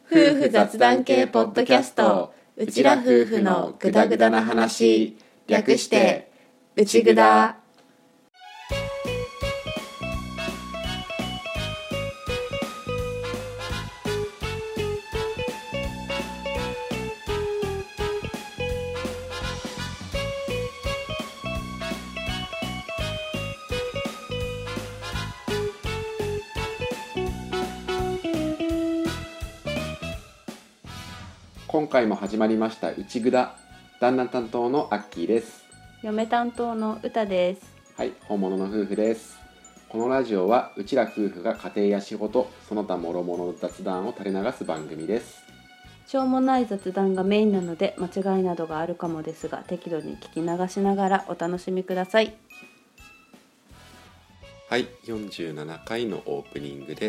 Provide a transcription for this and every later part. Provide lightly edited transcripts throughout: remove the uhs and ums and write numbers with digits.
夫婦雑談系ポッドキャスト、うちら夫婦のグダグダな話、略してうちぐだ。 今回も始まりましたうちぐだ。旦那担当のアッキーです。 嫁担当のうたです。 はい、本物の夫婦です。このラジオはうちら夫婦が家庭や仕事、その他諸々の雑談を垂れ流す番組です。 しょうもない雑談がメインなので間違いなどがあるかもですが、適度に聞き流しながらお楽しみください。 はい、47回のオープニングです。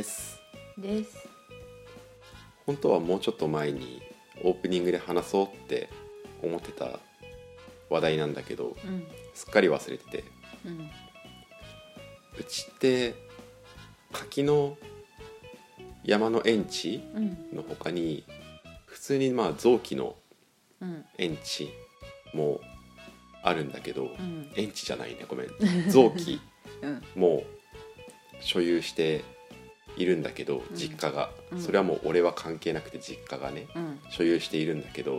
本当はもうちょっと前にオープニングで話そうって思ってた話題なんだけど、すっかり忘れてて、うちって柿の山の園地の他に普通に臓器の園地もあるんだけど、園地じゃないね、ごめん、臓器も所有しているんだけど、実家が、それはもう俺は関係なくて実家がね、所有しているんだけど、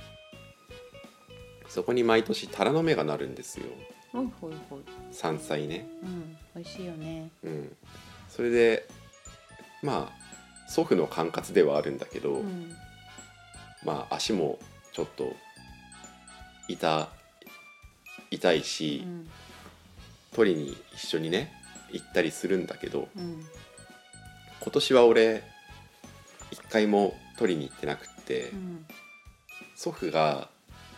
そこに毎年タラの芽がなるんですよ。山菜ね、 美味しいよね。 それで祖父の管轄ではあるんだけど、足もちょっと痛いし、取りに一緒にね行ったりするんだけど、今年は俺一回も取りに行ってなくって、祖父が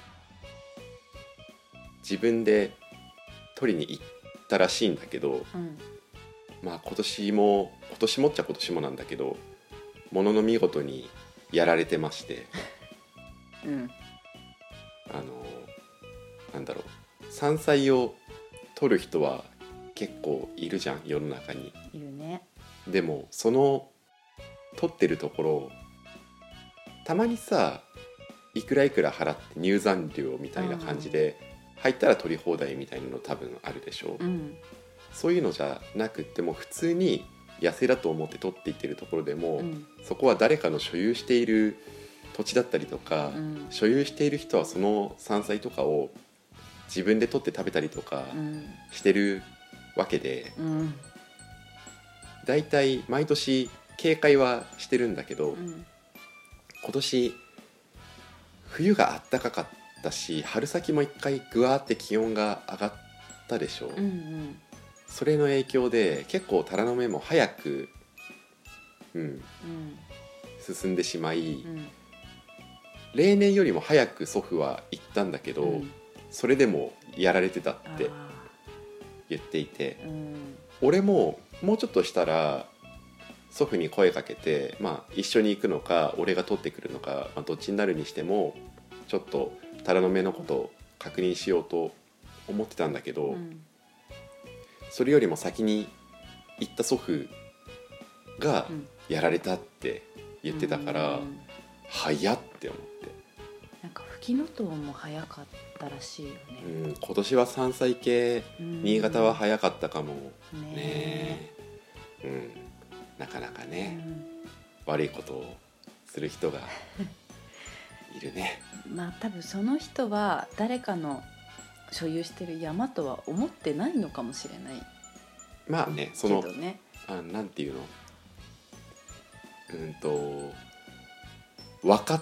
自分で取りに行ったらしいんだけど、今年もっちゃ今年もなんだけど、ものの見事にやられてまして、なんだろう、山菜を取る人は結構いるじゃん、世の中に。 いるね。でもその取ってるところ、たまにさ、いくら払って入山料みたいな感じで入ったら取り放題みたいなの多分あるでしょ、そういうのじゃなくっても、普通に野生だと思って取っていってるところでも、そこは誰かの所有している土地だったりとか、所有している人はその山菜とかを自分で取って食べたりとかしてるわけで、だいたい毎年警戒はしてるんだけど、今年冬が暖かかったし、春先も一回ぐわーって気温が上がったでしょ、それの影響で結構タラの芽も早く、進んでしまい、例年よりも早く祖父は行ったんだけど、それでもやられてたって言っていて、俺ももうちょっとしたら祖父に声かけて、一緒に行くのか俺が取ってくるのか、どっちになるにしてもちょっとタラの芽のことを確認しようと思ってたんだけど、それよりも先に行った祖父がやられたって言ってたから、早って思って。 なんかフキノトウも早かったらしいよね。 今年は山菜系、新潟は早かったかもね。なかなかね、悪いことをする人がいるね。 多分その人は誰かの所有してる山とは思ってないのかもしれない。 そのけどね、 なんていうの、分かって、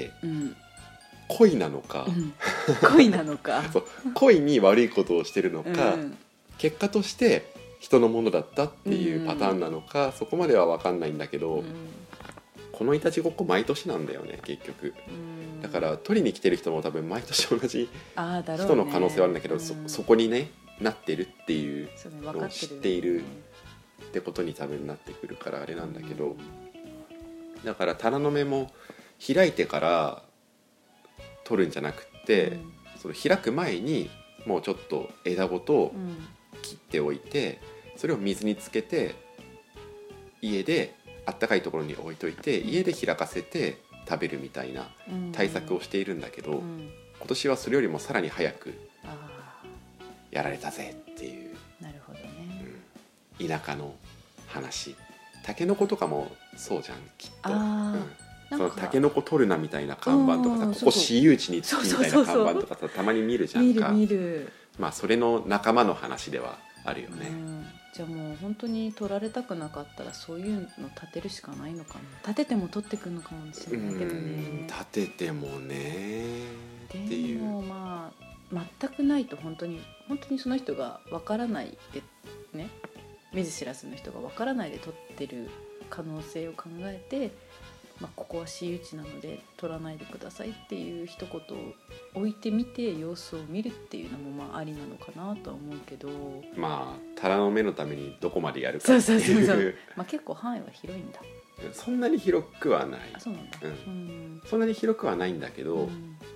恋なのか、 恋なのかそう、恋に悪いことをしてるのか、結果として人のものだったっていうパターンなのか、そこまでは分かんないんだけど、このいたちごっこ毎年なんだよね結局。だから取りに来てる人も多分毎年同じ人の可能性はあるんだけど、そこにねなってるっていうのを知っているってことに多分なってくるからあれなんだけど、だからタラの芽も開いてから取るんじゃなくて、その開く前にもうちょっと枝ごと切っておいて、それを水につけて家であったかいところに置いといて家で開かせて食べるみたいな対策をしているんだけど、今年はそれよりもさらに早くやられたぜっていう、 なるほどね、 田舎の話。タケノコとかもそうじゃんきっと。そのタケノコ取るなみたいな看板とかさ、ここ私有地につきみたいな看板とかさ、たまに見るじゃんか。 見る。 まあそれの仲間の話ではあるよね。 じゃあもう本当に取られたくなかったらそういうの立てるしかないのかな。立てても取ってくるのかもしれないけどね。 立ててもねっていう。 でもまあ全くないと本当にその人がわからないでね、見ず知らずの人がわからないで取ってる可能性を考えて、ここは私有地なので取らないでくださいっていう一言を置いてみて様子を見るっていうのもありなのかなとは思うけど、 タラの目のためにどこまでやるかっていう。 結構範囲は広いんだ。 そんなに広くはない。 そうなんだ。 そんなに広くはないんだけど、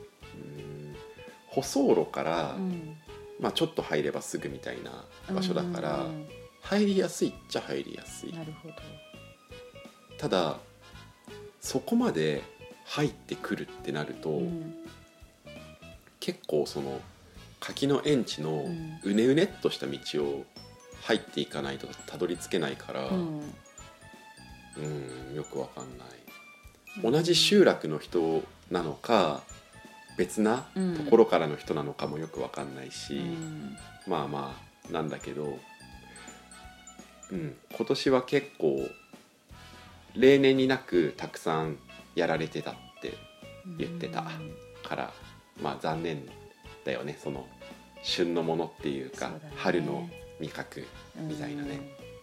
舗装路から、ちょっと入ればすぐみたいな場所だから、入りやすいっちゃ入りやすい。 なるほど。 ただそこまで入ってくるってなると、結構その柿の園地のうねうねっとした道を入っていかないとたどり着けないから、よくわかんない。同じ集落の人なのか別なところからの人なのかもよくわかんないし、なんだけど、今年は結構例年になくたくさんやられてたって言ってたから、残念だよね。その旬のものっていうか、春の味覚みたいなね。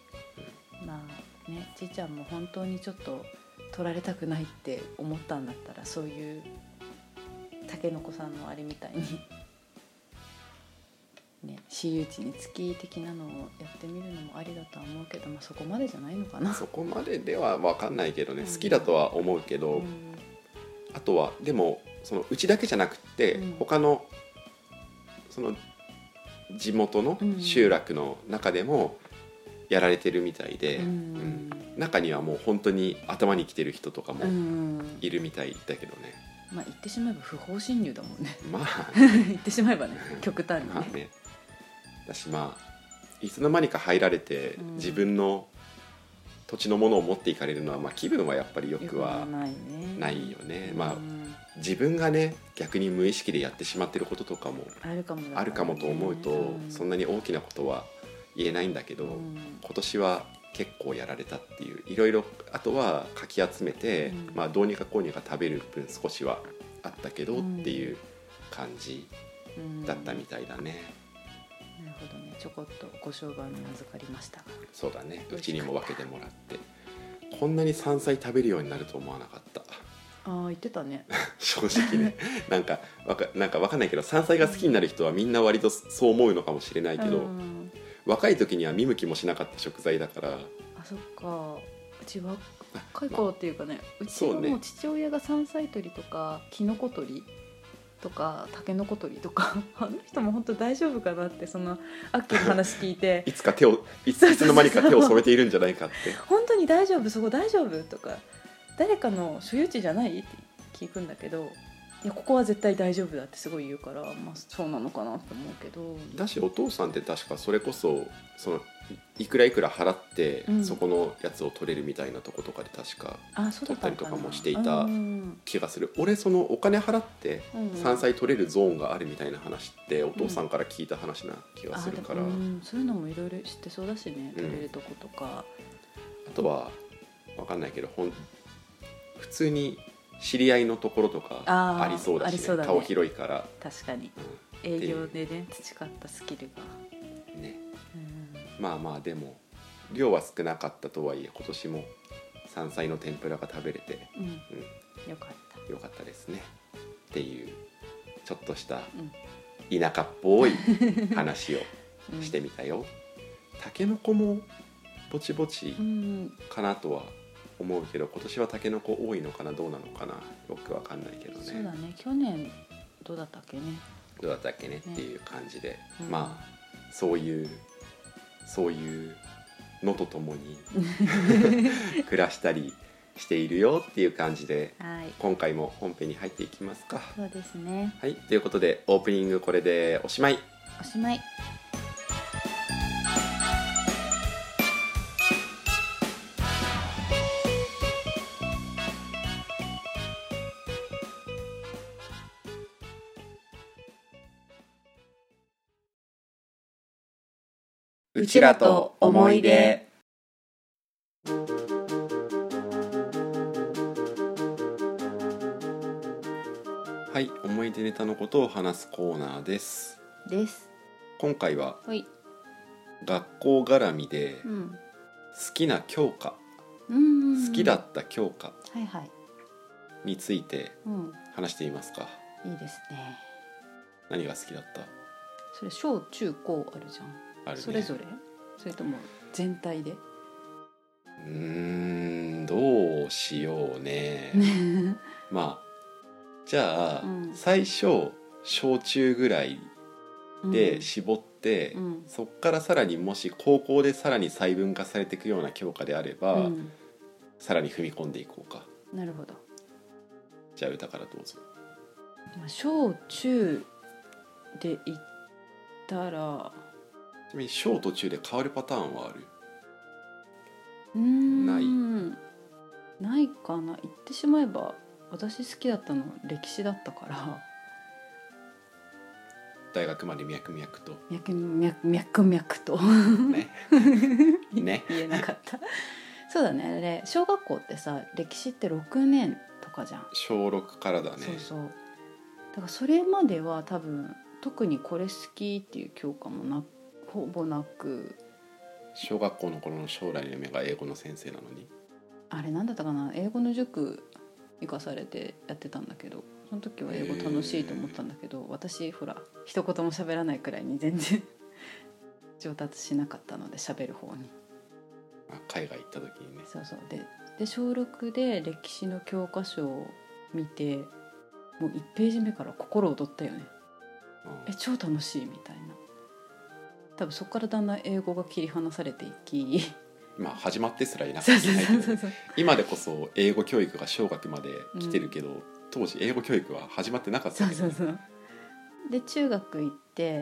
ちいちゃんも本当にちょっと取られたくないって思ったんだったら、そういうたけのこさんのあれみたいに私有地につき的なのをやってみるのもありだとは思うけど、そこまでじゃないのかな。 そこまででは分かんないけどね、好きだとは思うけど、あとはでもそのうちだけじゃなくって、他のその地元の集落の中でもやられてるみたいで、中にはもう本当に頭にきてる人とかもいるみたいだけどね。 言ってしまえば不法侵入だもんね。 言ってしまえばね、極端にね。 私いつの間にか入られて、自分の土地のものを持っていかれるのは、気分はやっぱりよくはないよね。自分がね逆に無意識でやってしまってることとかもあるかもと思うと、そんなに大きなことは言えないんだけど、今年は結構やられたっていう。いろいろあとはかき集めて、どうにかこうにか食べる分少しはあったけどっていう感じだったみたいだね。 なるほどね。ちょこっとご商売に預かりましたが。 そうだね、うちにも分けてもらって。こんなに山菜食べるようになると思わなかった。 言ってたね。 正直ねなんか分かんないけど、山菜が好きになる人はみんな割とそう思うのかもしれないけど、若い時には見向きもしなかった食材だから。 そっか。うち若い頃っていうかね、うちはもう父親が山菜採りとかキノコ採りとかタケノコ採りとか、あの人も本当大丈夫かなって、そのアッキーの話聞いていつの間にか手を染めているんじゃないかって本当に大丈夫、そこ大丈夫とか、誰かの所有地じゃないって聞くんだけど、いやここは絶対大丈夫だってすごい言うから、そうなのかなって思うけど。 だしお父さんって確かそれこそいくらいくら払って、そこのやつを取れるみたいなとことかで確か取ったりとかもしていた気がする。俺そのお金払って山菜取れるゾーンがあるみたいな話ってお父さんから聞いた話な気がするから、 そういうのもいろいろ知ってそうだしね、取れるとことか。 あとは分かんないけど普通に知り合いのところとかありそうだしね、顔広いから。 確かに、営業でね培ったスキルがね。でも量は少なかったとはいえ、今年も山菜の天ぷらが食べれて、 よかったですねっていうちょっとした田舎っぽい話をしてみたよ。たけのこもぼちぼちかなとは思うけど、今年はたけのこ多いのかな、どうなのかな、よくわかんないけどね。 そうだね、去年どうだったっけねっていう感じで、そういう野とともに暮らしたりしているよっていう感じで、 はい、 今回も本編に入っていきますか。 そうですね。 はい、ということでオープニングこれでおしまい。 おしまい。 うちらと思い出。はい、思い出ネタのことを話すコーナーです。今回ははい、 学校絡みでうん、 好きな教科、好きだった教科はいはい、 についてうん、 話してみますか。 いいですね。 何が好きだった？ それ小中高あるじゃん。 あるね。 それぞれ？それとも全体で？ どうしようね。まあじゃあ、最初小中ぐらいで絞って、そっからさらにもし高校でさらに細分化されていくような教科であれば、さらに踏み込んでいこうか。 なるほど。 じゃあ歌からどうぞ。 小中で言ったら、 ちなみに小と中で変わるパターンはある？ ないかな。言ってしまえば私好きだったの歴史だったから大学まで脈々と脈々とねね言えなかったそうだね。あれ小学校ってさ、歴史って6年とかじゃん。 小6からだね。 そうそう。だからそれまでは多分特にこれ好きっていう教科もほぼなく、 小学校の頃の将来の夢が英語の先生なのに、 あれなんだったかな、英語の塾行かされてやってたんだけど、その時は英語楽しいと思ったんだけど、私ほら一言も喋らないくらいに全然上達しなかったので、喋る方に。 海外行った時にね。 そうそうで小6で歴史の教科書を見て、もう1ページ目から心躍ったよね。超楽しいみたいな。多分そこからだんだん英語が切り離されていきまあ始まってすらいなかったけど、ね、今でこそ英語教育が小学まで来てるけど、当時英語教育は始まってなかったけど、ね、 そうで中学行って、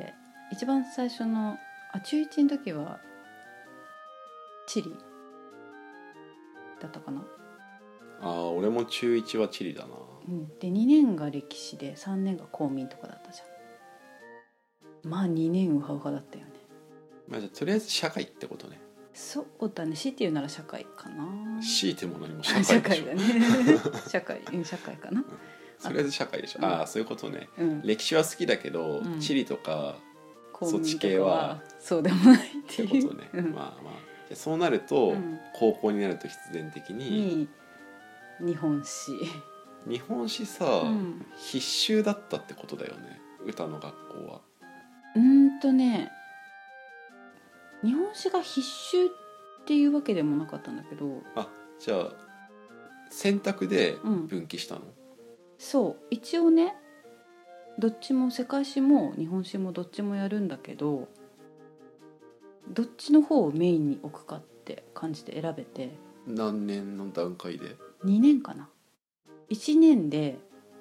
一番最初の中1の時は地理だったかな。 俺も中1は地理だな、 で2年が歴史で3年が公民とかだったじゃん。まあ2年ウハウハだったよね。 じゃあとりあえず社会ってことね。 そうだね。強いて言うなら社会かな。 強いても何も社会でしょ。 社会だね社会かな、 とりあえず社会でしょ。そういうことね、歴史は好きだけど、地理とかそっち系はそうでもないっていうことね。まあそうなると、高校になると必然的に日本史さ、必修だったってことだよね、歌の学校は。 日本史が必修っていうわけでもなかったんだけど。 じゃあ選択で分岐したの？ そう一応ね、どっちも世界史も日本史もどっちもやるんだけど、どっちの方をメインに置くかって感じで選べて。 何年の段階で ？2年かな。1年で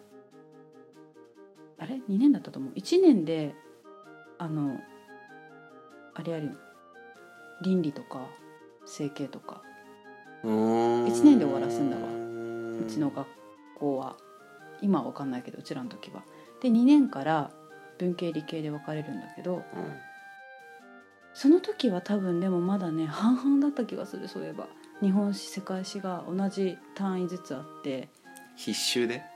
2年だったと思う。1年であれやるの、倫理とか整形とか1年で終わらすんだわ、うちの学校は。今は分かんないけどうちらの時は。で2年から文系理系で分かれるんだけど、その時は多分でもまだね半々だった気がする。そういえば日本史世界史が同じ単位ずつあって。 必修で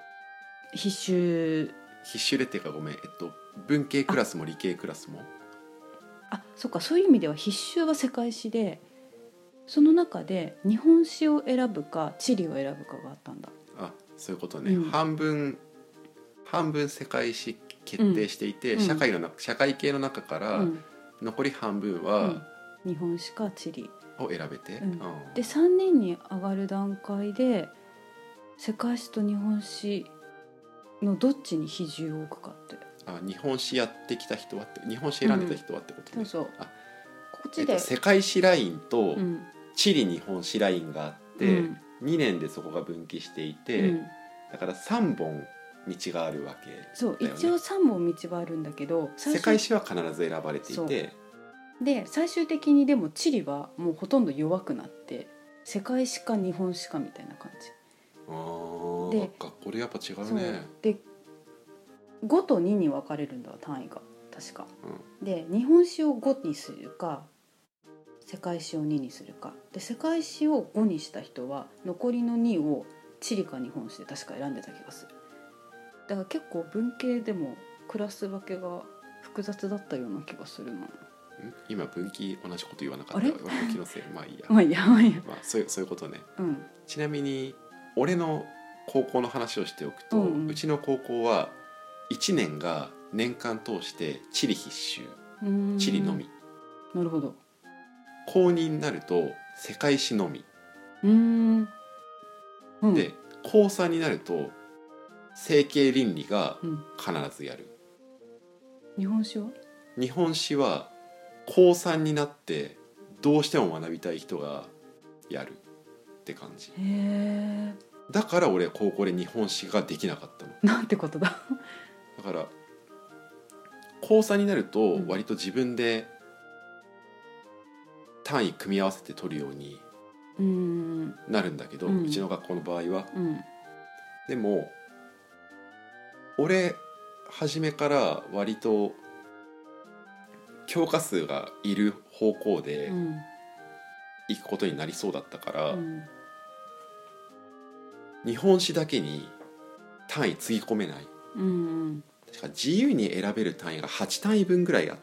っていうかごめん、文系クラスも理系クラスもそっか、そういう意味では必修は世界史で、その中で日本史を選ぶか地理を選ぶかがあったんだ。 そういうことね、半分世界史決定していて、社会系の中から残り半分は、 日本史か地理を選べて、 で3年に上がる段階で世界史と日本史のどっちに比重を置くかって。 日本史やってきた人はって、日本史選んでた人はってことね。 そうっちで、 世界史ラインとうん地理日本史ラインがあって、 うん 2年でそこが分岐していて、 うん、 だから3本道があるわけそうだよね。 一応3本道はあるんだけど、 世界史は必ず選ばれていて、 で最終的にでも地理はもうほとんど弱くなって世界史か日本史かみたいな感じで、 学校でやっぱ違うそうね。 で5と2に分かれるんだわ単位が確か、 うんで日本史を5にするか世界史を2にするかで、世界史を5にした人は残りの2を地理か日本史で確か選んでた気がする。だから結構文系でもクラス分けが複雑だったような気がするな。 今分岐同じこと言わなかった。 あれ分岐のせい。まあいいや。 まあいいやまあいいや、 まあそういうことね。 うんちなみに俺の高校の話をしておくと、 うんうん、 ちの高校は1年が年間通して地理必修、地理のみ。 なるほど。 高2になると世界史のみ、 うんで高3になると政経倫理がうん、 必ずやる。 日本史は日本史は高3になってどうしても学びたい人がやるって感じ。 へえ、 だから俺高校で日本史ができなかったの。 なんてことだだから高3になると割と自分で単位組み合わせて取るようになるんだけど、うちの学校の場合は、でも俺初めから割と教科数がいる方向で行くことになりそうだったから、日本史だけに単位つぎ込めない、確か自由に選べる単位が8単位分ぐらいあって、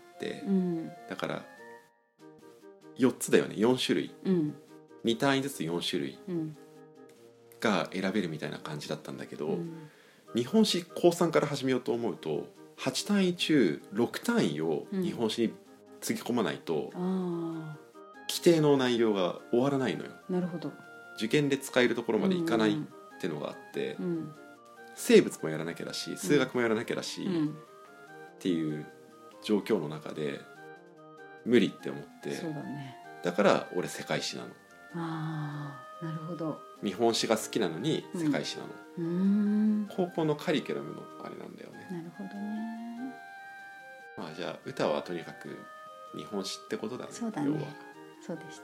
だから4つだよね。4種類、2単位ずつ4種類が選べるみたいな感じだったんだけど、日本史高3から始めようと思うと8単位中6単位を日本史につぎ込まないと、規定の内容が終わらないのよ。 なるほど。 受験で使えるところまでいかないってのがあって、生物もやらなきゃだし数学もやらなきゃだし、っていう状況の中で無理って思って、 そうだね。 だから俺世界史なの。 ああ、なるほど。 日本史が好きなのに世界史なの、高校のカリキュラムのあれなんだよね。 なるほどね。 まあじゃあ歌はとにかく日本史ってことだね。 そうだね。 要はそうでした。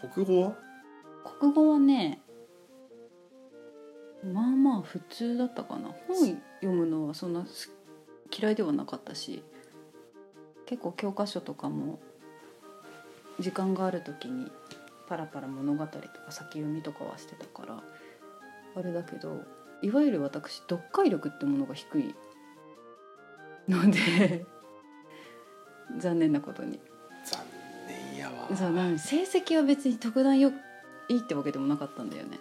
国語は？ 国語はね、まあまあ普通だったかな。本読むのはそんな嫌いではなかったし、結構教科書とかも時間がある時にパラパラ物語とか先読みとかはしてたからあれだけど、いわゆる私読解力ってものが低いので残念なことに。 残念やわ。 そうなん成績は別に特段いいってわけでもなかったんだよね。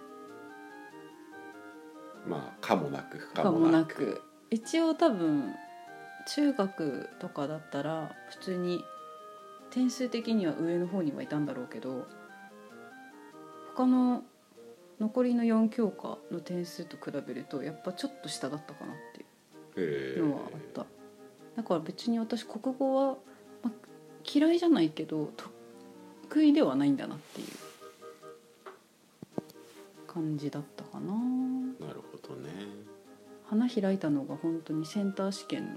まあ可もなく不か可もなく。 一応多分中学とかだったら普通に点数的には上の方にはいたんだろうけど、他の残りの4教科の点数と比べるとやっぱちょっと下だったかなっていうのはあった。だから別に私国語は、まあ、嫌いじゃないけど得意ではないんだなっていう感じだったかな。 なるほどね。 花開いたのが本当にセンター試験の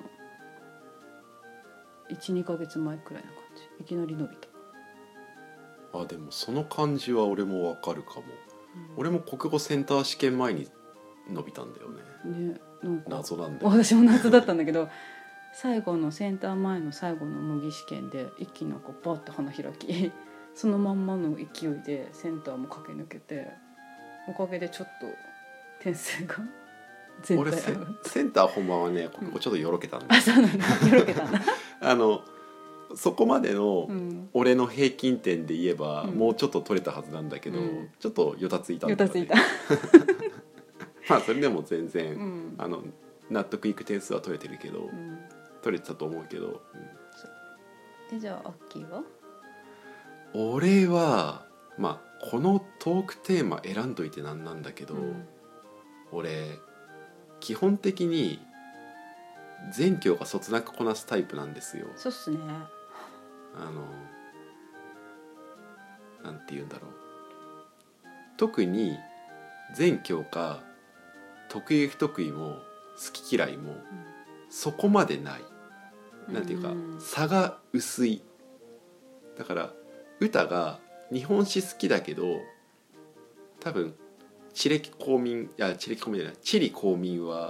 1,2 ヶ月前くらいな感じ。いきなり伸びた。 あ、でもその感じは俺もわかるかも、俺も国語センター試験前に伸びたんだよね。 ね、なんか謎なんだよ。 私も夏だったんだけど最後のセンター前の最後の模擬試験で一気になんかバッて花開きそのまんまの勢いでセンターも駆け抜けて、おかげでちょっと点数が全俺体センター本番はね国語ちょっとよろけたんだよ、 あ、そうなんだ、よろけたんだそこまでの俺の平均点で言えば、 うん、 もうちょっと取れたはずなんだけど、ちょっとよたついたんだよね。 よたついたまあそれでも全然、 うん、 納得いく点数は取れてるけど、取れてたと思うけど、 でじゃあアッキーは？ 俺はまあこのトークテーマ選んどいてなんなんだけど、俺基本的に全教科そつなくこなすタイプなんですよ。 そうっすね。 なんて言うんだろう、特に全教科得意不得意も好き嫌いもそこまでない、なんていうか差が薄い。だから歌が日本史好きだけど多分地理公民じゃない地理公民は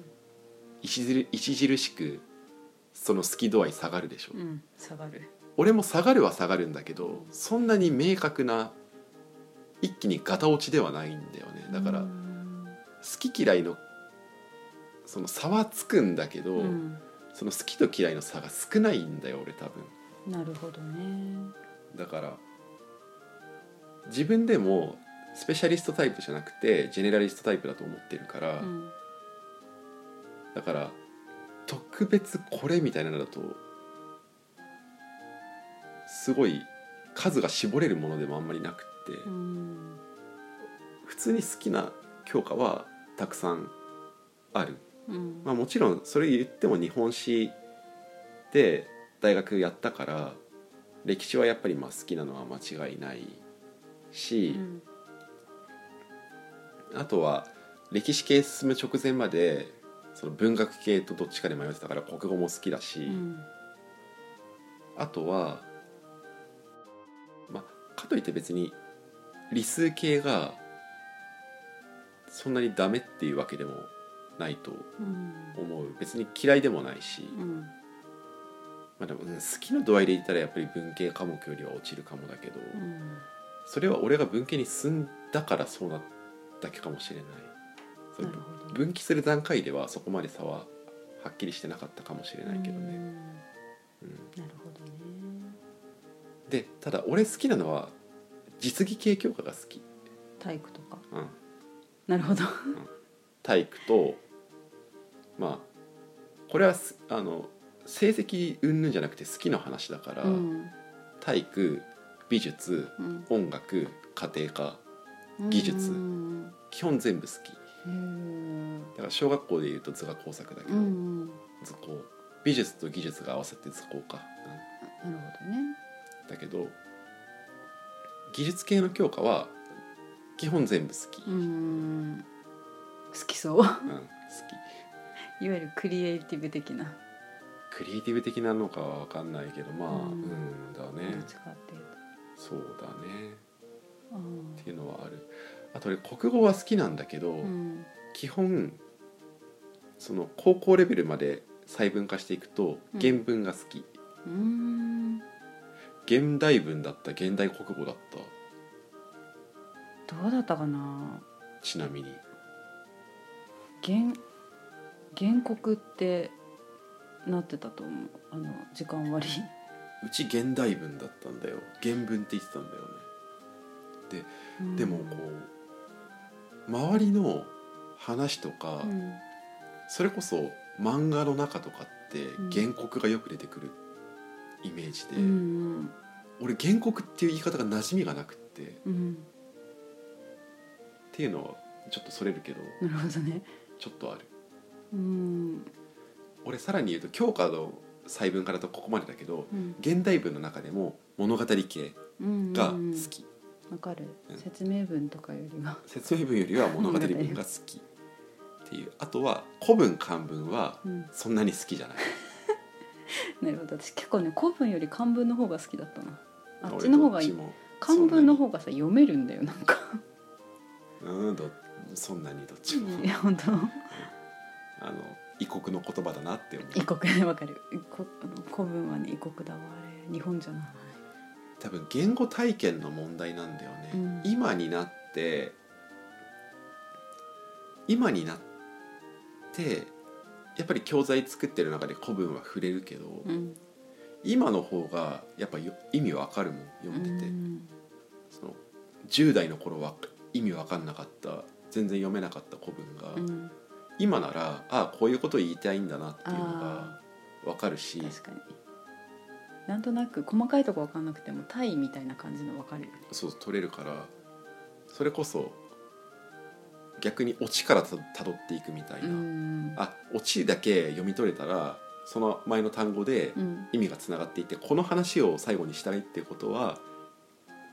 著しくその好き度合い下がるでしょ、 下がる。 俺も下がるは下がるんだけどそんなに明確な一気にガタ落ちではないんだよね。だから好き嫌いのその差はつくんだけど、その好きと嫌いの差が少ないんだよ俺多分。 なるほどね。 だから自分でもスペシャリストタイプじゃなくてジェネラリストタイプだと思ってるから、だから特別これみたいなのだとすごい数が絞れるものでもあんまりなくって、普通に好きな教科はたくさんある、まあ、もちろんそれ言っても日本史で大学やったから歴史はやっぱりまあ好きなのは間違いないし、あとは歴史系進む直前までその文学系とどっちかで迷ってたから国語も好きだし、あとはまあかといって別に理数系がそんなにダメっていうわけでもないと思う、別に嫌いでもないし、まあでも、好きな度合いで言ったらやっぱり文系科目よりは落ちるかもだけど、それは俺が文系に進んだからそうなっただけかもしれない。その分岐する段階ではそこまで差ははっきりしてなかったかもしれないけどね。 なるほどね。 でただ俺好きなのは実技系教科が好き。 体育とか。 なるほど、 体育とまあこれは成績云々じゃなくて好きな話だから、体育、美術、音楽、家庭科、技術、基本全部好き。だから小学校でいうと図画工作だけど、図工、美術と技術が合わさって図工か、 なるほどね。 だけど技術系の教科は基本全部好き。 好きそう、好き。 いわゆるクリエイティブ的な。 クリエイティブ的なのかは分かんないけどまあだね。 どっちかっていうとそうだね、っていうのはある。あと俺国語は好きなんだけど、基本その高校レベルまで細分化していくと原文が好き。現代文だった、現代国語だった。 どうだったかな。 ちなみに原告ってなってたと思う。時間割。 うち現代文だったんだよ。原文って言ってたんだよね。でもこう周りの話とか、それこそ漫画の中とかって原告がよく出てくるイメージで、俺原告っていう言い方が馴染みがなくって、っていうのはちょっとそれるけど、 なるほどね、 ちょっとある。俺さらに言うと教科の細分化だとここまでだけど、現代文の中でも物語系が好き。 わかる、説明文とかよりは説明文よりは物語文が好きっていう。あとは古文漢文はそんなに好きじゃない、 なるほど。私結構ね古文より漢文の方が好きだったな。あっちの方がいい。漢文の方がさ読めるんだよなんかそんなにどっちもいや本当異国の言葉だなって思う。 異国でわかる。古文はね異国だわ。あれ日本じゃない。 多分言語体験の問題なんだよね、今になってやっぱり教材作ってる中で古文は触れるけど、今の方がやっぱ意味わかるもん読んでて、その10代の頃は意味わかんなかった、全然読めなかった古文が、今ならこういうことを言いたいんだなっていうのがわかるし、 確かになんとなく細かいとこ分かんなくても単位みたいな感じの分かるよね。 そう取れるから、それこそ逆にオチからたどっていくみたいな、オチだけ読み取れたらその前の単語で意味がつながっていて、この話を最後にしたいってことは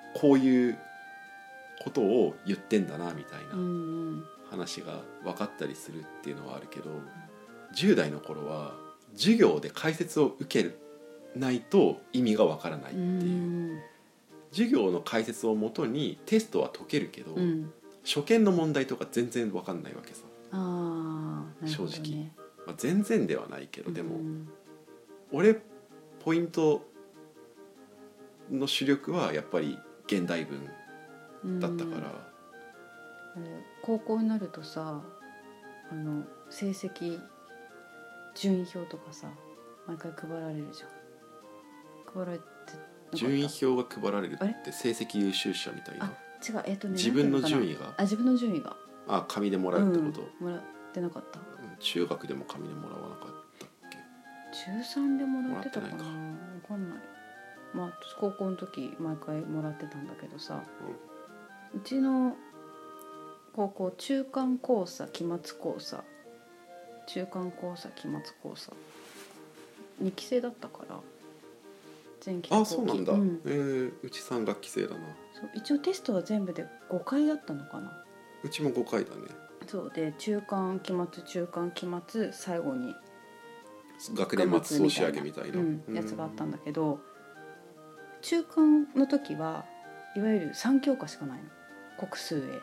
こういうことを言ってんだなみたいなうんうん話が分かったりするっていうのはあるけど、10代の頃は授業で解説を受けないと意味が分からないっていう、 うん授業の解説をもとにテストは解けるけど、 うん初見の問題とか全然分かんないわけさ。 ああなるほどね。 正直、まあ、全然ではないけど、でも、 うん俺ポイントの主力はやっぱり現代文だったから、 あれ高校になるとさ成績順位表とかさ毎回配られるじゃん。配られてなかった順位表が配られるって成績優秀者みたいな。 あ違う自分の順位位が自分の順位が紙でもらうってこと、 もらってなかった。 中学でも紙でもらわなかったっけ。 中3でもらってたかな、 もらってない分かんない。まあ高校の時毎回もらってたんだけどさ、うちの高校中間考査期末考査中間考査期末考査2期生だったから前期と後期。 そうなんだ、 うんうち3学期制だな。 そう一応テストは全部で5回あったのかな。 うちも5回だね。 そうで中間期末中間期末最後に学年末総仕上げみたいな、 やつがあったんだけど、中間の時はいわゆる3教科しかないの。国数英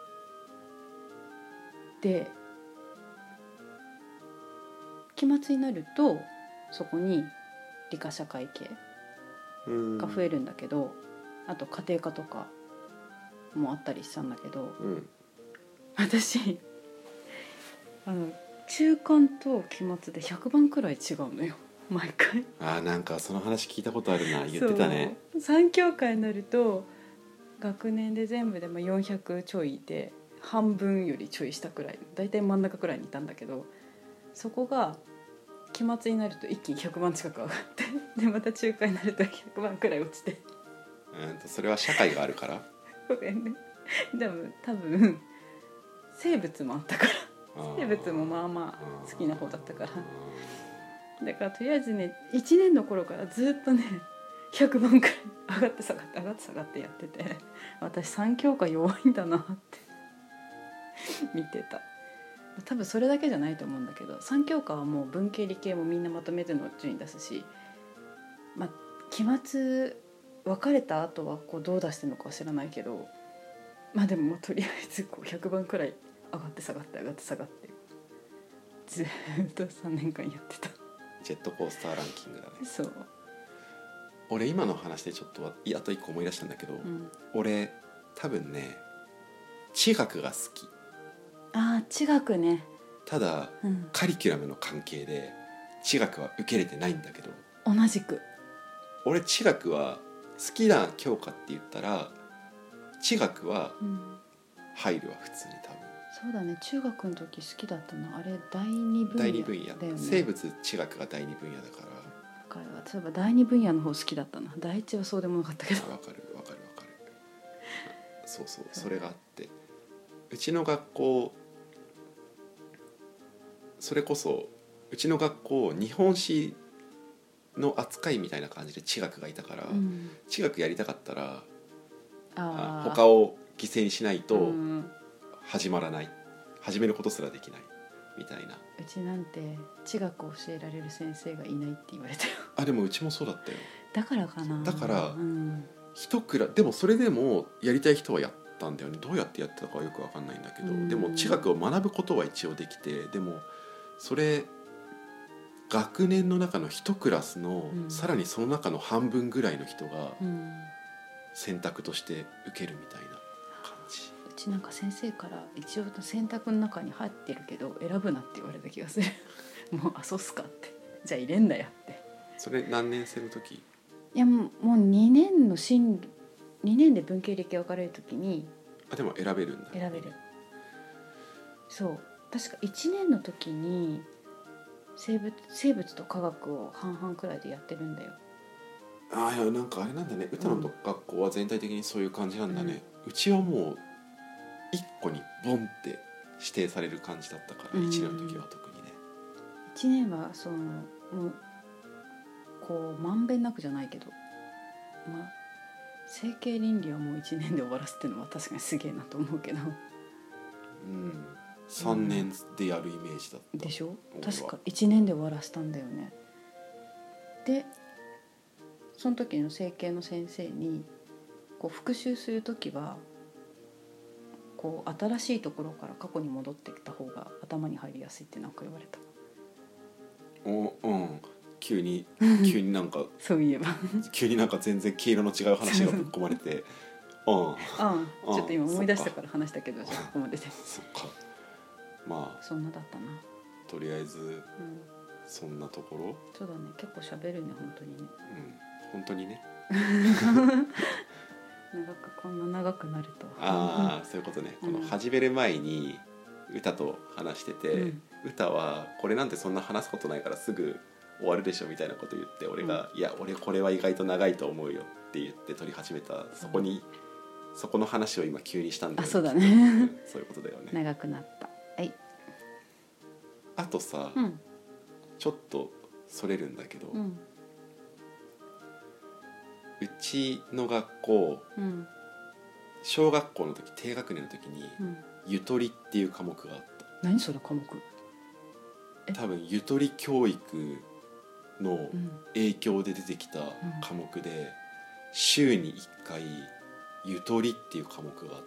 で期末になるとそこに理科社会系が増えるんだけど、あと家庭科とかもあったりしたんだけど、私中間と期末で100番くらい違うのよ毎回。 なんかその話聞いたことあるな、言ってたね。 3教科になると学年で全部で400ちょいで半分よりちょい下くらい、だいたい真ん中くらいにいたんだけど、そこが期末になると一気に100番近く上がってでまた中間になると100番くらい落ちてそれは社会があるからごめんね。でも多分生物もあったから生物もまあまあ好きな方だったから、だからとりあえずね1年の頃からずっとね100番くらい上がって下がって上がって下がってやってて、私3教科弱いんだなって見てた。多分それだけじゃないと思うんだけど、3教科はもう文系理系もみんなまとめての順位出すし、期末別れた後はどう出してるのかは知らないけど、でもとりあえず100番くらい上がって下がって上がって下がってずっと3年間やってた。 ジェットコースターランキングだね。 そう俺今の話でちょっとあと1個思い出したんだけど、俺多分ね地学が好き。 地学ね。 ただ、カリキュラムの関係で地学は受けれてないんだけど、 同じく俺地学は好きな教科って言ったら地学は入るわ、普通に多分。 そうだね、中学の時好きだったのあれ第二分野だよね。 生物地学が第二分野だから。 例えば第二分野の方好きだったな。第一はそうでもなかったけど。 わかるそうそれがあって、うちの学校それこそうちの学校日本史の扱いみたいな感じで地学がいたから、地学やりたかったら他を犠牲にしないと始まらない、始めることすらできないみたいな。 うちなんて地学を教えられる先生がいないって言われたよ。 でもうちもそうだったよ。 だからかな。 だから、一クラでもそれでもやりたい人はやったんだよね。どうやってやってたかはよく分かんないんだけど、でも地学を学ぶことは一応できて、でもそれ学年の中の一クラスの、さらにその中の半分ぐらいの人が選択として受けるみたいな感じ。 うちなんか先生から一応選択の中に入ってるけど選ぶなって言われた気がするもうそうっすかって、じゃあ入れんなよって。 それ何年生の時？ いやもう2年の2年で文系理系分かれる時にでも選べるんだ。 選べる。そう確か1年の時に生物と科学を半々くらいでやってるんだよ。 いやなんかあれなんだね、歌の学校は全体的にそういう感じなんだね。うちはもう1個にボンって指定される感じだったから、1年の時は特にね。 1年はもうまんべんなくじゃないけど、 整形倫理はもう1年で終わらすっていうのは確かにすげえなと思うけど。 うん3年でやるイメージだった、 でしょ。 俺は確か1年で終わらせたんだよね。でその時の整形の先生にこう復習する時はこう新しいところから過去に戻ってきた方が頭に入りやすいってなんか言われた。 うん急になんかそういえば急になんか全然毛色の違う話がぶっ込まれてうんちょっと今思い出したから話したけど、じゃあここまででそっかまあそんなだったな。 とりあえずうんそんなところそうだね、結構喋るね本当にね。 本当にねこんな長くなるとは。 ああそういうことね、この始める前に歌と話してて、歌はこれなんてそんな話すことないからすぐ終わるでしょみたいなこと言って、俺が、いや俺これは意外と長いと思うよって言って撮り始めた、そこの話を今急にしたんだよね。 そうだねそういうことだよね。 長くなった。はい。 あとさ、ちょっとそれるんだけど、うちの学校、小学校の時低学年の時に、ゆとりっていう科目があった。 何その科目？ 多分ゆとり教育の影響で出てきた科目で、週に1回ゆとりっていう科目があった。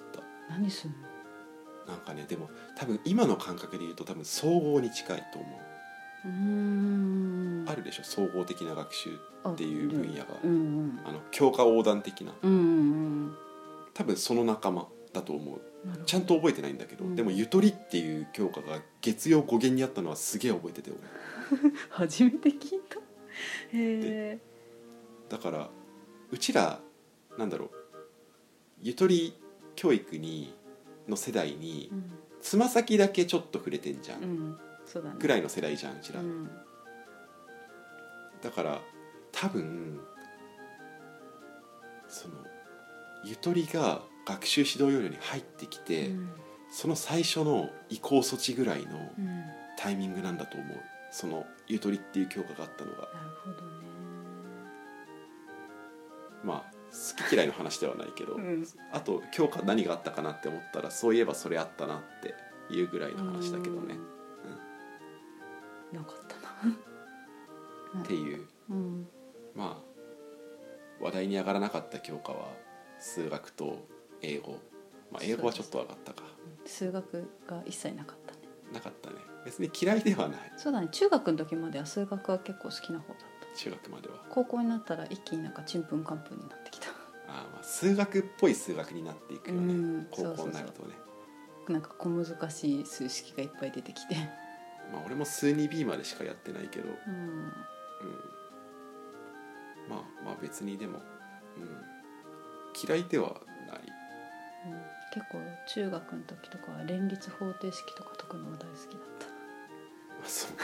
何すんの？ なんかね、でも多分今の感覚で言うと多分総合に近いと思う。あるでしょ、総合的な学習っていう分野が、教科横断的な、多分その仲間だと思う。ちゃんと覚えてないんだけど、でもゆとりっていう教科が月曜5限にあったのはすげえ覚えてて俺初めて聞いた。へえ。 だからうちらなんだろう、ゆとり教育の世代につま先だけちょっと触れてんじゃん、 そうだね、 ぐらいの世代じゃんうちら、だから多分そのゆとりが学習指導要領に入ってきて、その最初の移行措置ぐらいのタイミングなんだと思う、そのゆとりっていう教科があったのが。 なるほどね。 まあ好き嫌いの話ではないけど、あと教科何があったかなって思ったら、そういえばそれあったなっていうぐらいの話だけどね、 なかったなっていう、まあ話題に上がらなかった教科は数学と英語、英語はちょっと上がったか。 数学が一切なかったね。 なかったね。別に嫌いではない。 そうだね、中学の時までは数学は結構好きな方だった。 中学までは。 高校になったら一気になんかちんぷんかんぷんになってきた。 数学っぽい数学になっていくよね、高校になるとね。 なんか小難しい数式がいっぱい出てきて俺も数 2B までしかやってないけど、まあ別にでも、嫌いではない、 結構中学の時とかは連立方程式とか解くのが大好きだった。 そう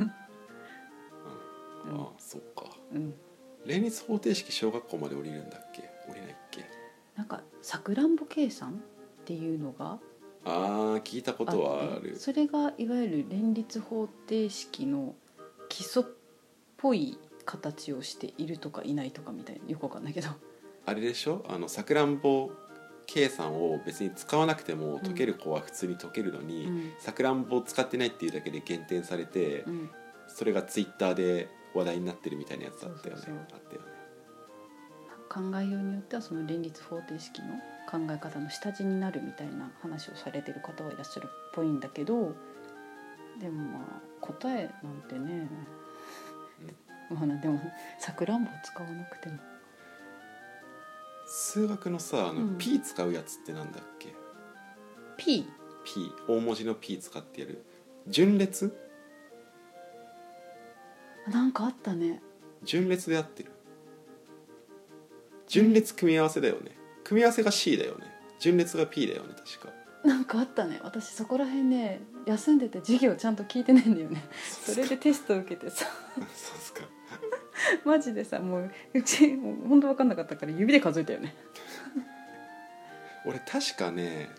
そうか、連立方程式小学校まで降りるんだっけ、降りないっけ。 なんかさくらんぼ計算っていうのが聞いたことはある。 それがいわゆる連立方程式の基礎っぽい形をしているとかいないとかみたいな、よくわかんないけど、 あれでしょ、さくらんぼ計算を別に使わなくても解ける子は普通に解けるのに、さくらんぼを使ってないっていうだけで減点されて、それがツイッターで話題になってるみたいなやつだったよね。あったよね。 考えようによってはその連立方程式の考え方の下地になるみたいな話をされてる方はいらっしゃるっぽいんだけど、でも答えなんてね、でもさくらんぼを使わなくても。 数学のさP 使うやつってなんだっけ。 P 大文字の P 使ってやる順列、 なんかあったね。 順列で合ってる。順列組み合わせだよね。組み合わせが C だよね。順列が P だよね確か。 なんかあったね。私そこら辺ね、休んでて授業ちゃんと聞いてないんだよね。それでテスト受けてさそうっすかマジでさ、もうもう本当分かんなかったから指で数えたよね俺確かね、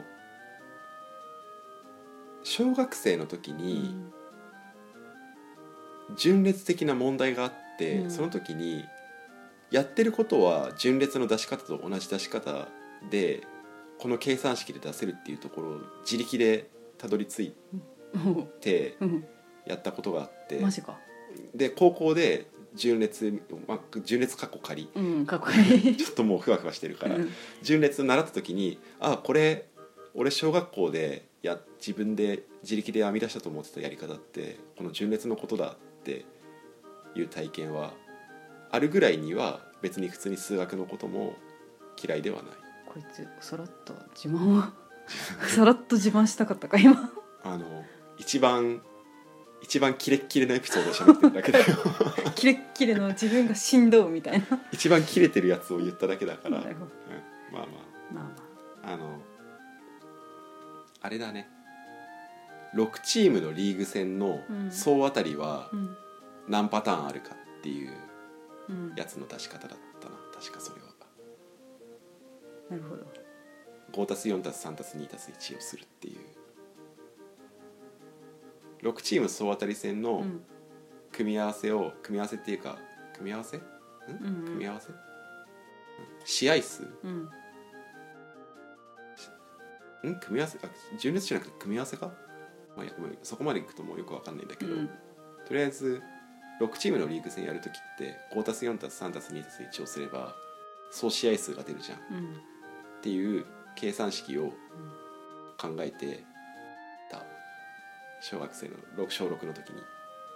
小学生の時に順列的な問題があって、その時にやってることは順列の出し方と同じ出し方でこの計算式で出せるっていうところを自力でたどり着いてやったことがあって、 マジか。 で高校で順列カッコ仮、 かっこいいちょっともうふわふわしてるから順列習った時にこれ俺小学校で自分で自力で編み出したと思ってたやり方ってこの順列のことだっていう体験はあるぐらいには別に普通に数学のことも嫌いではない。 こいつさらっと自慢をさらっと自慢したかったか今一番キレッキレのエピソードを喋ってるだけだよキレッキレの自分がしんどうみたいな一番キレてるやつを言っただけだから、まああれだね、6チームのリーグ戦の総当たりは何パターンあるかっていうやつの出し方だったな、確かそれは。 なるほど。 5+4+3+2+1 をするっていう6チーム総当たり戦の組み合わせっていうか組み合わせ試合数、組み合わせ順列じゃなくて組み合わせか、そこまでいくともうよく分かんないんだけど、とりあえず6チームのリーグ戦やるときって 5+4+3+2+1 をすれば総試合数が出るじゃん、っていう計算式を考えてた小学生の小6の時に。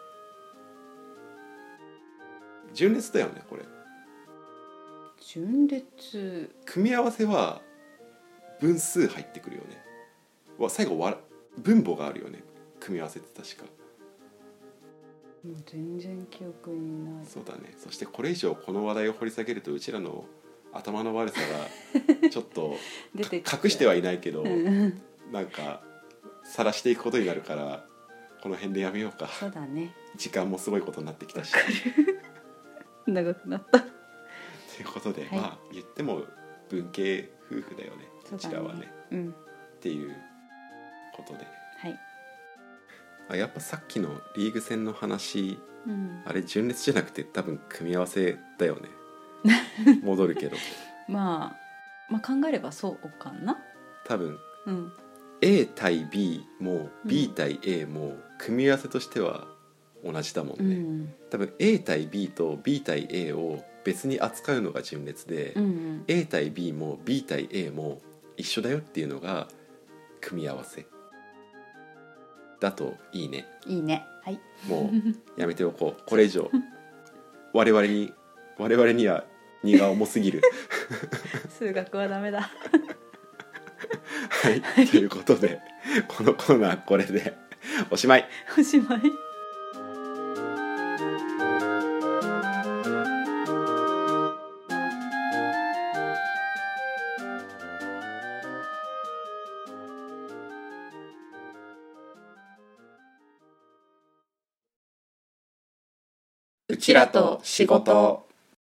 順列だよねこれ。 順列組み合わせは分数入ってくるよね。最後分母があるよね組み合わせって確か。 もう全然記憶にない。 そうだね。そしてこれ以上この話題を掘り下げるとうちらの頭の悪さがちょっと隠してはいないけどなんか晒していくことになるからこの辺でやめようか。 そうだね。 時間もすごいことになってきたし長くなったということで、まあ言っても文系夫婦だよねこちらはね、っていうことで、やっぱさっきのリーグ戦の話、あれ順列じゃなくて多分組み合わせだよね戻るけどまあ考えればそうかな多分、A 対 B も B 対 A も組み合わせとしては同じだもんね、多分 A 対 B と B 対 A を別に扱うのが順列で、A 対 B も B 対 A も一緒だよっていうのが組み合わせだといいね。 いいね。 もうやめておこうこれ以上我々には荷が重すぎる数学はダメだはい、ということでこのコーナーこれでおしまい。うちらと仕事。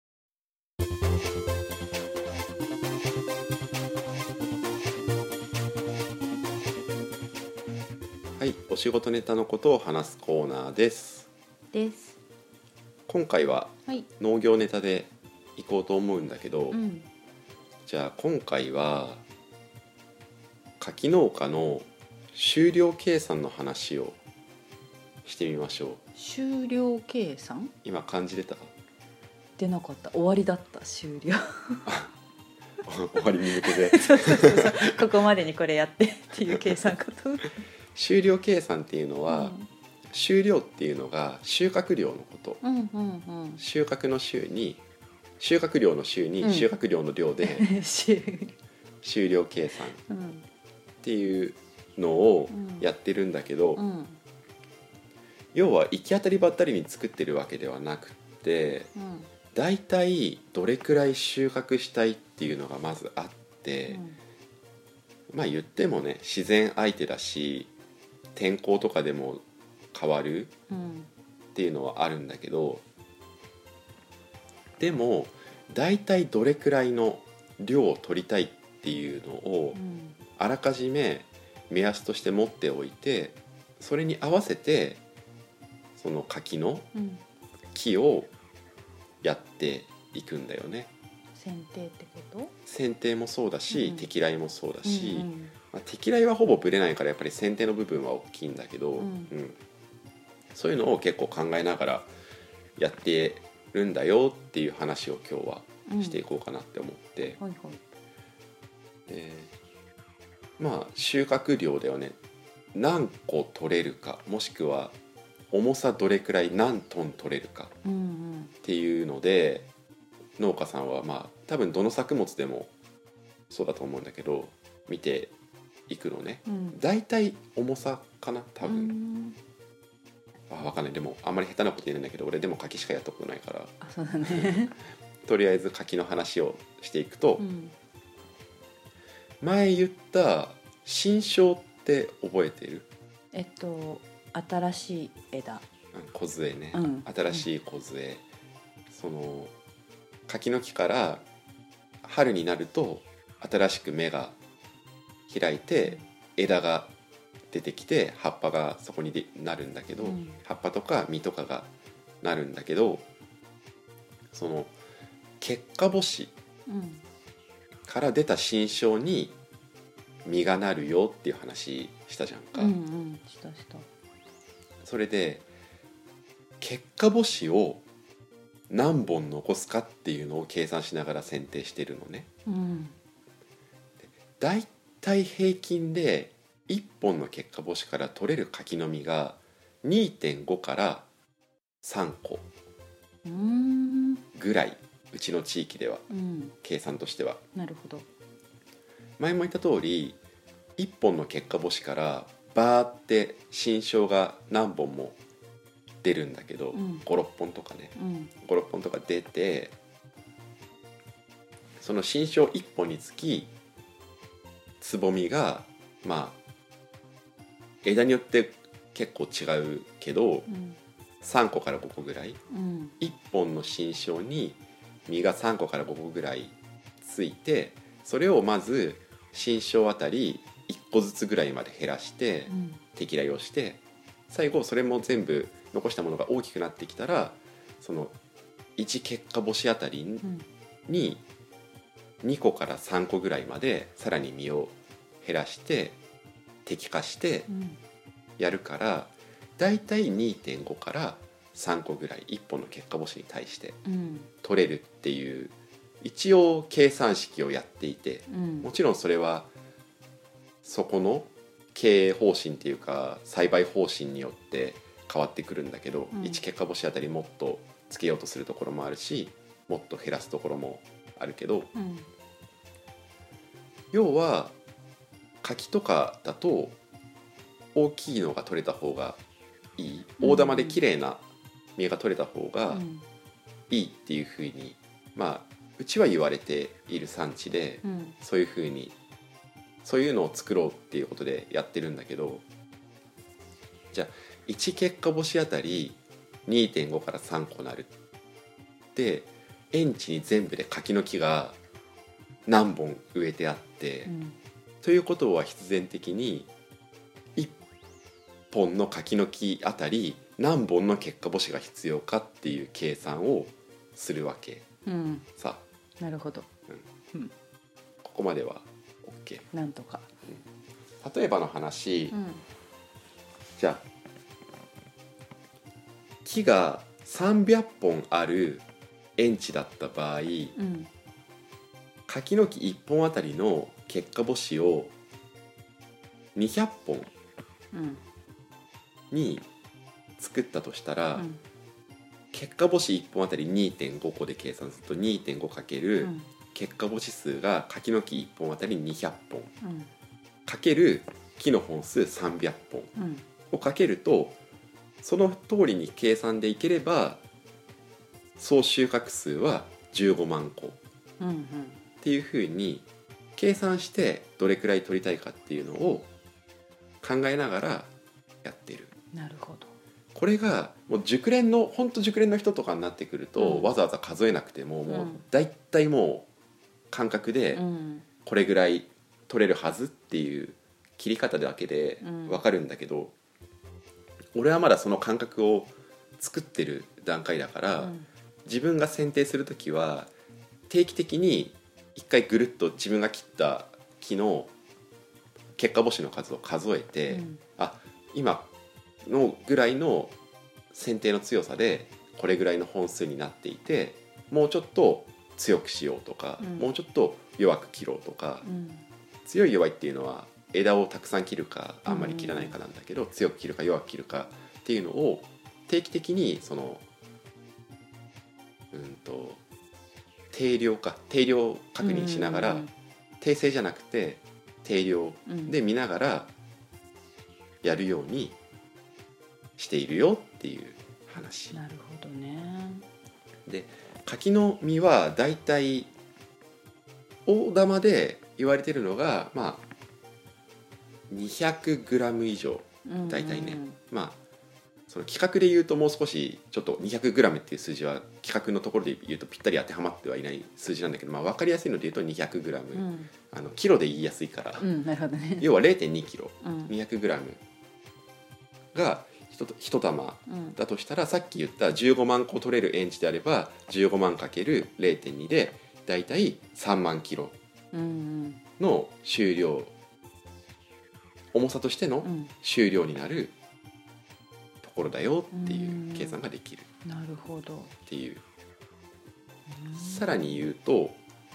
はい、お仕事ネタのことを話すコーナーです。今回は農業ネタでいこうと思うんだけど、じゃあ今回は柿農家の収量計算の話をしてみましょう。 収量計算？ 今漢字出た？ 出なかった。終わりだった。終了終わりに向けてそうここまでにこれやってっていう計算かと収量計算っていうのは、収量っていうのが収穫量のこと、収穫の収に収穫量の収に収穫量の量で、収量計算っていうのをやってるんだけど、要は行き当たりばったりに作ってるわけではなくて、だいたいどれくらい収穫したいっていうのがまずあって、まあ言ってもね自然相手だし天候とかでも変わるっていうのはあるんだけど、でもだいたいどれくらいの量を取りたいっていうのをあらかじめ目安として持っておいて、それに合わせてその柿の木をやっていくんだよね。 剪定ってこと？ 剪定もそうだし、敵雷もそうだし、敵雷はほぼぶれないからやっぱり剪定の部分は大きいんだけど、そういうのを結構考えながらやってるんだよっていう話を今日はしていこうかなって思って、まあ収穫量だよね。何個取れるか、もしくは重さどれくらい何トン取れるかっていうので、農家さんはまあ多分どの作物でもそうだと思うんだけど見ていくのね。だいたい重さかな多分。分かんない。でもあんまり下手なこと言えないんだけど、俺でも柿しかやったことないから。 あ、そうだねとりあえず柿の話をしていくと、前言った新梢って覚えてる？ 新しい枝、 梢ね、新しい梢、その柿の木から春になると新しく芽が開いて枝が出てきて葉っぱがそこになるんだけど、葉っぱとか実とかがなるんだけど、その結果干しから出た新梢に実がなるよっていう話したじゃんか。 した。 それで結果干しを何本残すかっていうのを計算しながら剪定してるのね。だいたい平均で1本の結果干しから取れる柿の実が 2.5 から3個ぐらい、うちの地域では、計算としては。 なるほど。 前も言った通り1本の結果干しからバーって新梢が何本も出るんだけど、56本とかね、56本とか出て、その新梢1本につきつぼみがまあ枝によって結構違うけど、3個から5個ぐらい、1本の新梢に実が3個から5個ぐらいついて、それをまず新梢あたり1個ずつぐらいまで減らして敵雷をして、最後それも全部残したものが大きくなってきたら、その1結果干しあたりに2個から3個ぐらいまでさらに実を減らして摘果してやるから、だいたい 2.5 から3個ぐらい1本の結果干しに対して取れるっていう一応計算式をやっていて、もちろんそれはそこの経営方針っていうか栽培方針によって変わってくるんだけど、1結果干しあたりもっとつけようとするところもあるし、もっと減らすところもあるけど、要は柿とかだと大きいのが取れた方がいい、大玉で綺麗な実が取れた方がいいっていうふうに、まあうちは言われている産地で、そういうふうにそういうのを作ろうっていうことでやってるんだけど、じゃあ1結果干しあたり 2.5 から3個なるで、園地に全部で柿の木が何本植えてあって、ということは必然的に1本の柿の木あたり何本の結果干しが必要かっていう計算をするわけ、さあ。 なるほど、 ここまでは OK。 なんとか、 例えばの話、じゃあ木が300本ある園地だった場合、柿の木1本あたりの結果干しを200本に作ったとしたら、結果干し1本あたり 2.5 個で計算すると 2.5 かける結果干し数が柿の木1本あたり200本、かける木の本数300本をかけると、その通りに計算でいければ総収穫数は15万個っていうふうに計算して、どれくらい取りたいかっていうのを考えながらやってる。 なるほど。 これがもう熟練の本当熟練の人とかになってくると、わざわざ数えなくても、もうだいたいもう感覚でこれぐらい取れるはずっていう切り方だけで分かるんだけど、俺はまだその感覚を作ってる段階だから、 自分が剪定するときは定期的に一回ぐるっと自分が切った木の結果星の数を数えて、今のぐらいの剪定の強さでこれぐらいの本数になっていて、もうちょっと強くしようとか、もうちょっと弱く切ろうとか、強い弱いっていうのは枝をたくさん切るかあんまり切らないかなんだけど、強く切るか弱く切るかっていうのを定期的にその定量確認しながら、定性じゃなくて定量で見ながらやるようにしているよっていう話。 なるほどね。 で柿の実はだいたい大玉で言われてるのがまあ 200g 以上だいたいね、まあその規格で言うともう少しちょっと 200g っていう数字は規格のところで言うとぴったり当てはまってはいない数字なんだけど、まあ、分かりやすいので言うと 200g、キロで言いやすいから、 なるほどね、 要は 0.2kg、200g が1玉だとしたら、さっき言った15万個取れる園地であれば15万 ×0.2 でだいたい3万キロの収量、重さとしての収量になるところだよっていう計算ができる。 なるほどっていう。さらに言うと、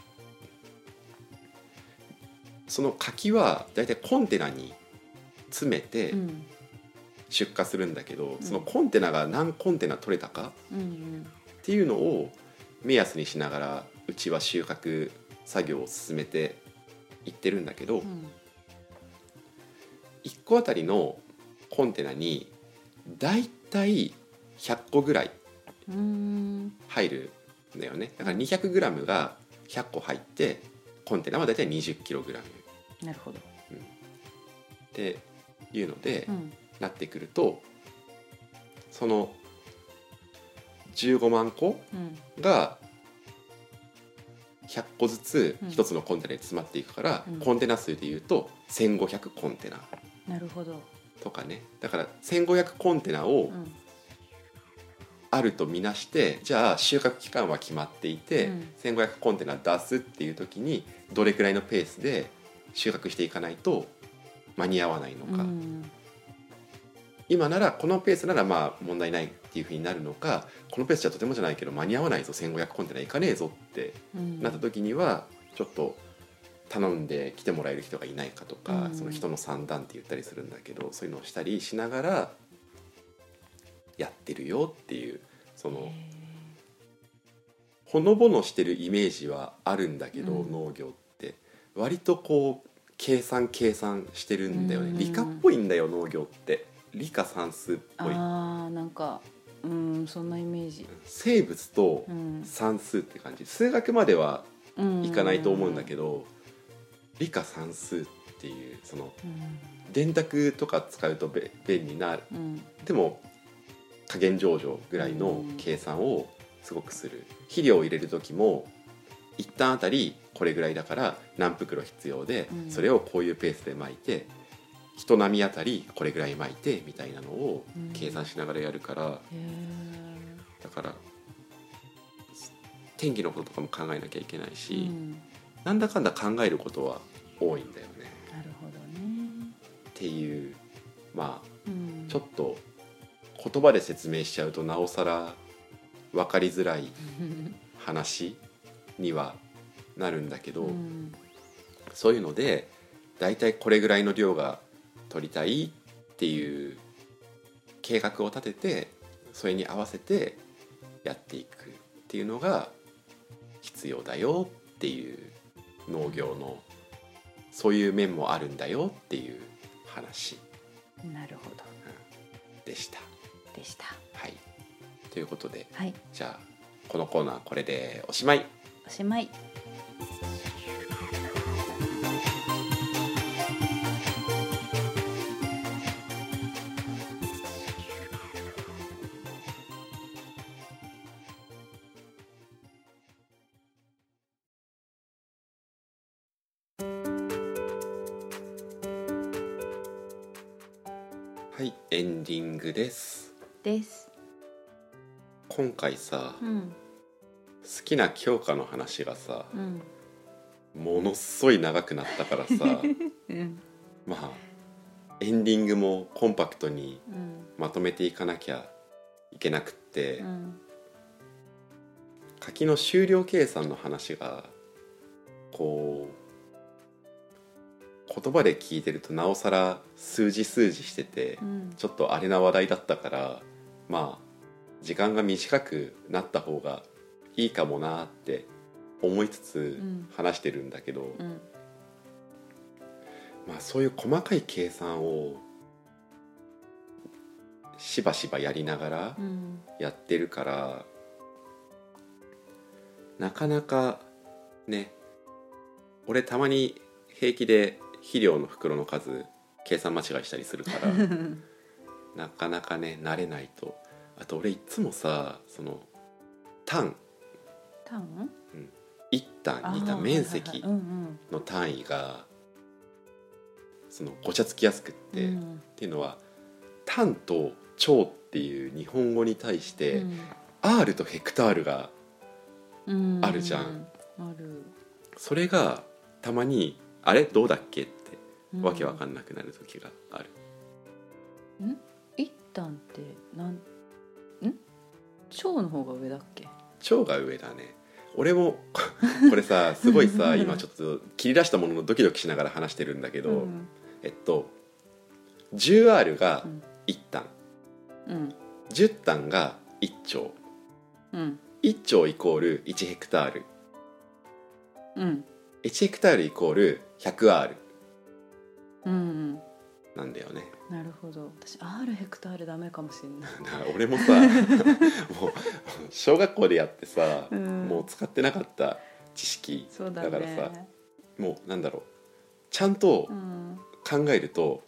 その柿はだいたいコンテナに詰めて出荷するんだけど、そのコンテナが何コンテナ取れたかっていうのを目安にしながらうちは収穫作業を進めていってるんだけど、1個あたりのコンテナにだいたい100個ぐらい入るんだよね。だから 200g が100個入ってコンテナはだいたい 20kg。 なるほど、 っていうので、なってくるとその15万個が100個ずつ1つのコンテナに詰まっていくから、コンテナ数でいうと1500コンテナ。 なるほどとかね。だから1500コンテナをあるとみなして、じゃあ収穫期間は決まっていて、1500コンテナ出すっていう時にどれくらいのペースで収穫していかないと間に合わないのか、今ならこのペースならまあ問題ないっていうふうになるのか、このペースじゃとてもじゃないけど間に合わないぞ、1500コンテナいかねえぞってなった時にはちょっと頼んで来てもらえる人がいないかとか、その人の算段って言ったりするんだけど、そういうのをしたりしながらやってるよっていう、そのほのぼのしてるイメージはあるんだけど、農業って割とこう計算してるんだよね。理科っぽいんだよ農業って。理科算数っぽい。 なんかそんなイメージ。 生物と算数って感じ。数学まではいかないと思うんだけど、理科算数っていうその電卓とか使うと便利な、でも加減乗除ぐらいの計算をすごくする。肥料を入れる時も一旦あたりこれぐらいだから何袋必要で、それをこういうペースで巻いて一波あたりこれぐらい巻いてみたいなのを計算しながらやるから、だから天気のこととかも考えなきゃいけないし、なんだかんだ考えることは多いんだよね。 なるほどね。 っていうまあ、ちょっと言葉で説明しちゃうとなおさら分かりづらい話にはなるんだけど、そういうのでだいたいこれぐらいの量が取りたいっていう計画を立てて、それに合わせてやっていくっていうのが必要だよっていう、農業のそういう面もあるんだよっていう話。 なるほど、 でした。はい、ということで、じゃあこのコーナーこれでおしまい。はい、エンディングです。今回さ、 好きな教科の話がさ、 うんものすごい長くなったからさうんまあエンディングもコンパクトにうんまとめていかなきゃいけなくって、 うん書きの終了計算の話がこう言葉で聞いてるとなおさら数字してて、 うんちょっとあれな話題だったから、まあ時間が短くなった方がいいかもなって思いつつ話してるんだけど、 うんまあそういう細かい計算をしばしばやりながらうんやってるから、なかなかね、俺たまに平気で肥料の袋の数計算間違いしたりするからなかなかね慣れないと。あと俺いつもさ、その単単 1単2単面積はいはいはいうんの単位がそのごちゃつきやすくっうて、っんていうのは単と兆っていう日本語に対して、 うん R とヘクタールがうんあるじゃん。 あるそれがたまにあれどうだっけってわけわかんんなくなる時がある。 一旦って蝶の方が上だっけ？ 蝶が上だね。俺もこれさすごいさ今ちょっと切り出したもののドキドキしながら話してるんだけど、 うん 10R が1単、 うん 10単が1兆、 うん 1兆イコール1ヘクタール、 うん 1ヘクタールイコール 100R うんなんだよね。 なるほど。私 R ヘクタールダメかもしれない。 だから俺もさもう小学校でやってさ、 うんもう使ってなかった知識そうだね。 からさ、もうなんだろう、ちゃんとうん考えると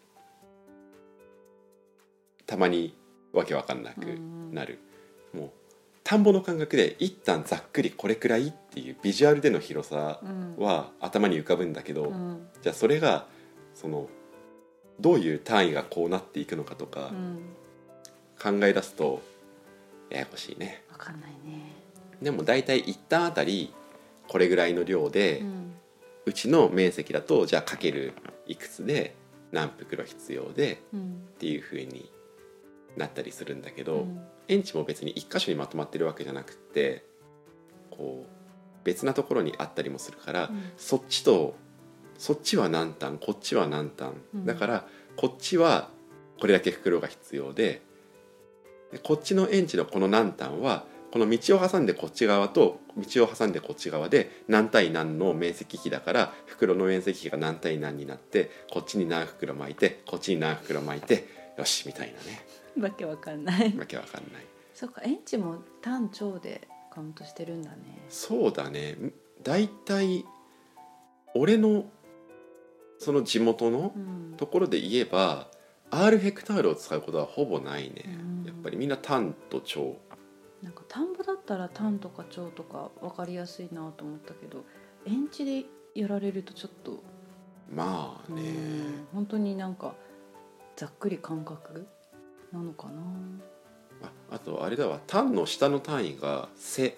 たまにわけわかんなくなる、もう田んぼの感覚で一旦ざっくりこれくらいっていうビジュアルでの広さは頭に浮かぶんだけど、 うんじゃあそれがそのどういう単位がこうなっていくのかとか考え出すとややこしいね。 分かんないね。 でも大体一単あたりこれぐらいの量で、 ううちの面積だとじゃあかけるいくつで何袋必要でんっていう風になったりするんだけど、 うん園地も別に一箇所にまとまってるわけじゃなくってこう別なところにあったりもするから、そっちは何単こっちは何単、だからこっちはこれだけ袋が必要でこっちの園地のこの何単はこの道を挟んでこっち側と道を挟んでこっち側で何対何の面積比だから袋の面積比が何対何になってこっちに何袋巻いてこっちに何袋巻いてよしみたいなね。 わけわかんない。 わけわかんない。 そっか、園地も単調でカウントしてるんだね。 そうだね。だいたい俺のその地元のところで言えば R ヘクタールを使うことはほぼないね。やっぱりみんな単と兆。 なんか田んぼだったら単とか兆とか分かりやすいなと思ったけど、園地でやられるとちょっとまあね、 本当になんかざっくり感覚なのかな。 あとあれだわ、単の下の単位が背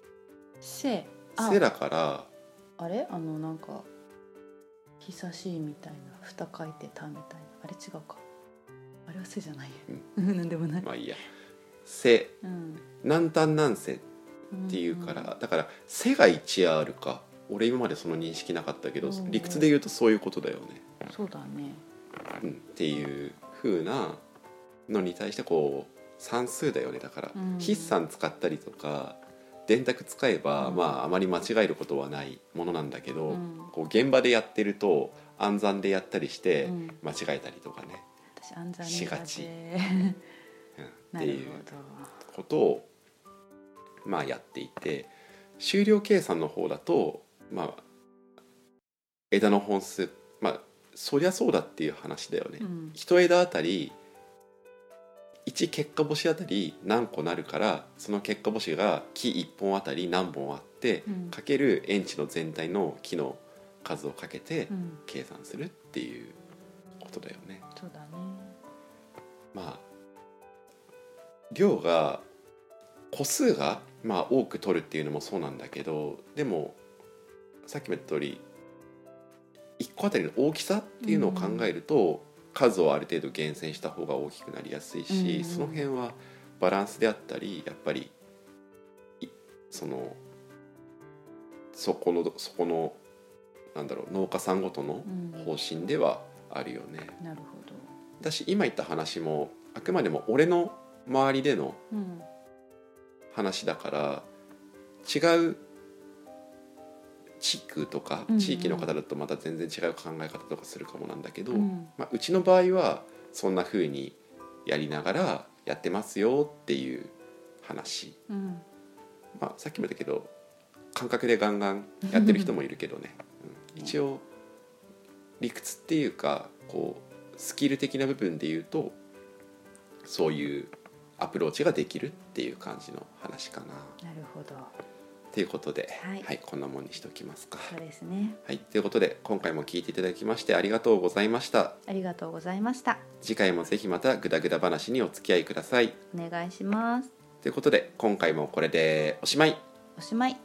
だからあれなんか久しいみたいな蓋書いて単みたいな、あれ違うか、あれは背じゃないよ、なんでもない。 まあいいや、背、何単何背っていうから、だから背が 1R か。俺今までその認識なかったけど、理屈で言うとそういうことだよね。 そうだね、 っていう風なのに対してこう算数だよね。だから筆算使ったりとか電卓使えば、まああまり間違えることはないものなんだけど、こう現場でやってると暗算でやったりして間違えたりとかね、 私暗算しがち、 っていうことをまあやっていて、終了計算の方だとまあ枝の本数、まあそりゃそうだっていう話だよね。一枝あたり1結果星あたり何個なるから、その結果星が木1本あたり何本あって、かける園地の全体の木の数をかけて計算するっていうことだよね。 そうだね。 まあ量が個数がまあ多く取るっていうのもそうなんだけど、でもさっきも言った通り1個あたりの大きさっていうのを考えると、数をある程度厳選した方が大きくなりやすいし、その辺はバランスであったり、やっぱりそこのなんだろう、農家さんごとの方針ではあるよね。 なるほど。 だし今言った話もあくまでも俺の周りでの話だから、違う地区とか地域の方だとまた全然違う考え方とかするかもなんだけど、うちの場合はそんな風にやりながらやってますよっていう話、さっきも言ったけど感覚でガンガンやってる人もいるけどね、一応理屈っていうかこうスキル的な部分で言うとそういうアプローチができるっていう感じの話かな。 なるほど。 ということで、こんなもんにしておきますか。 そうですね。 ということで今回も聞いていただきましてありがとうございました。 ありがとうございました。 次回もぜひまたグダグダ話にお付き合いください。 お願いします。 ということで今回もこれでおしまい。 おしまい。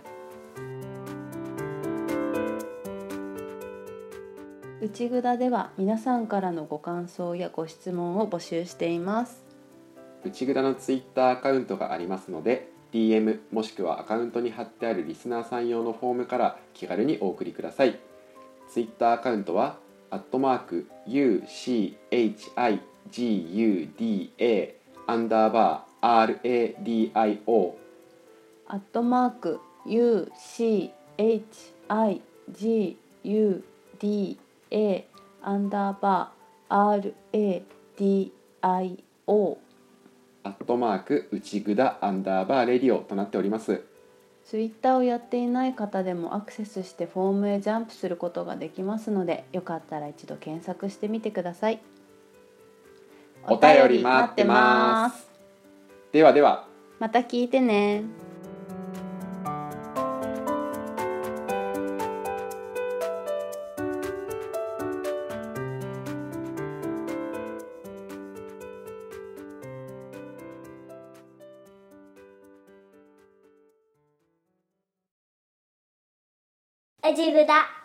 内ぐだでは皆さんからのご感想やご質問を募集しています。 内ぐだのツイッターアカウントがありますので、DM もしくはアカウントに貼ってあるリスナーさん用のフォームから気軽にお送りください。ツイッターアカウントは@UCHIGUDA_RADIO @UCHIGUDA_RADIO 内ぐだ_レディオとなっております。 ツイッターをやっていない方でもアクセスしてフォームへジャンプすることができますので、よかったら一度検索してみてください。 お便り待ってます。ではでは、 また聞いてね。 内ぐだ。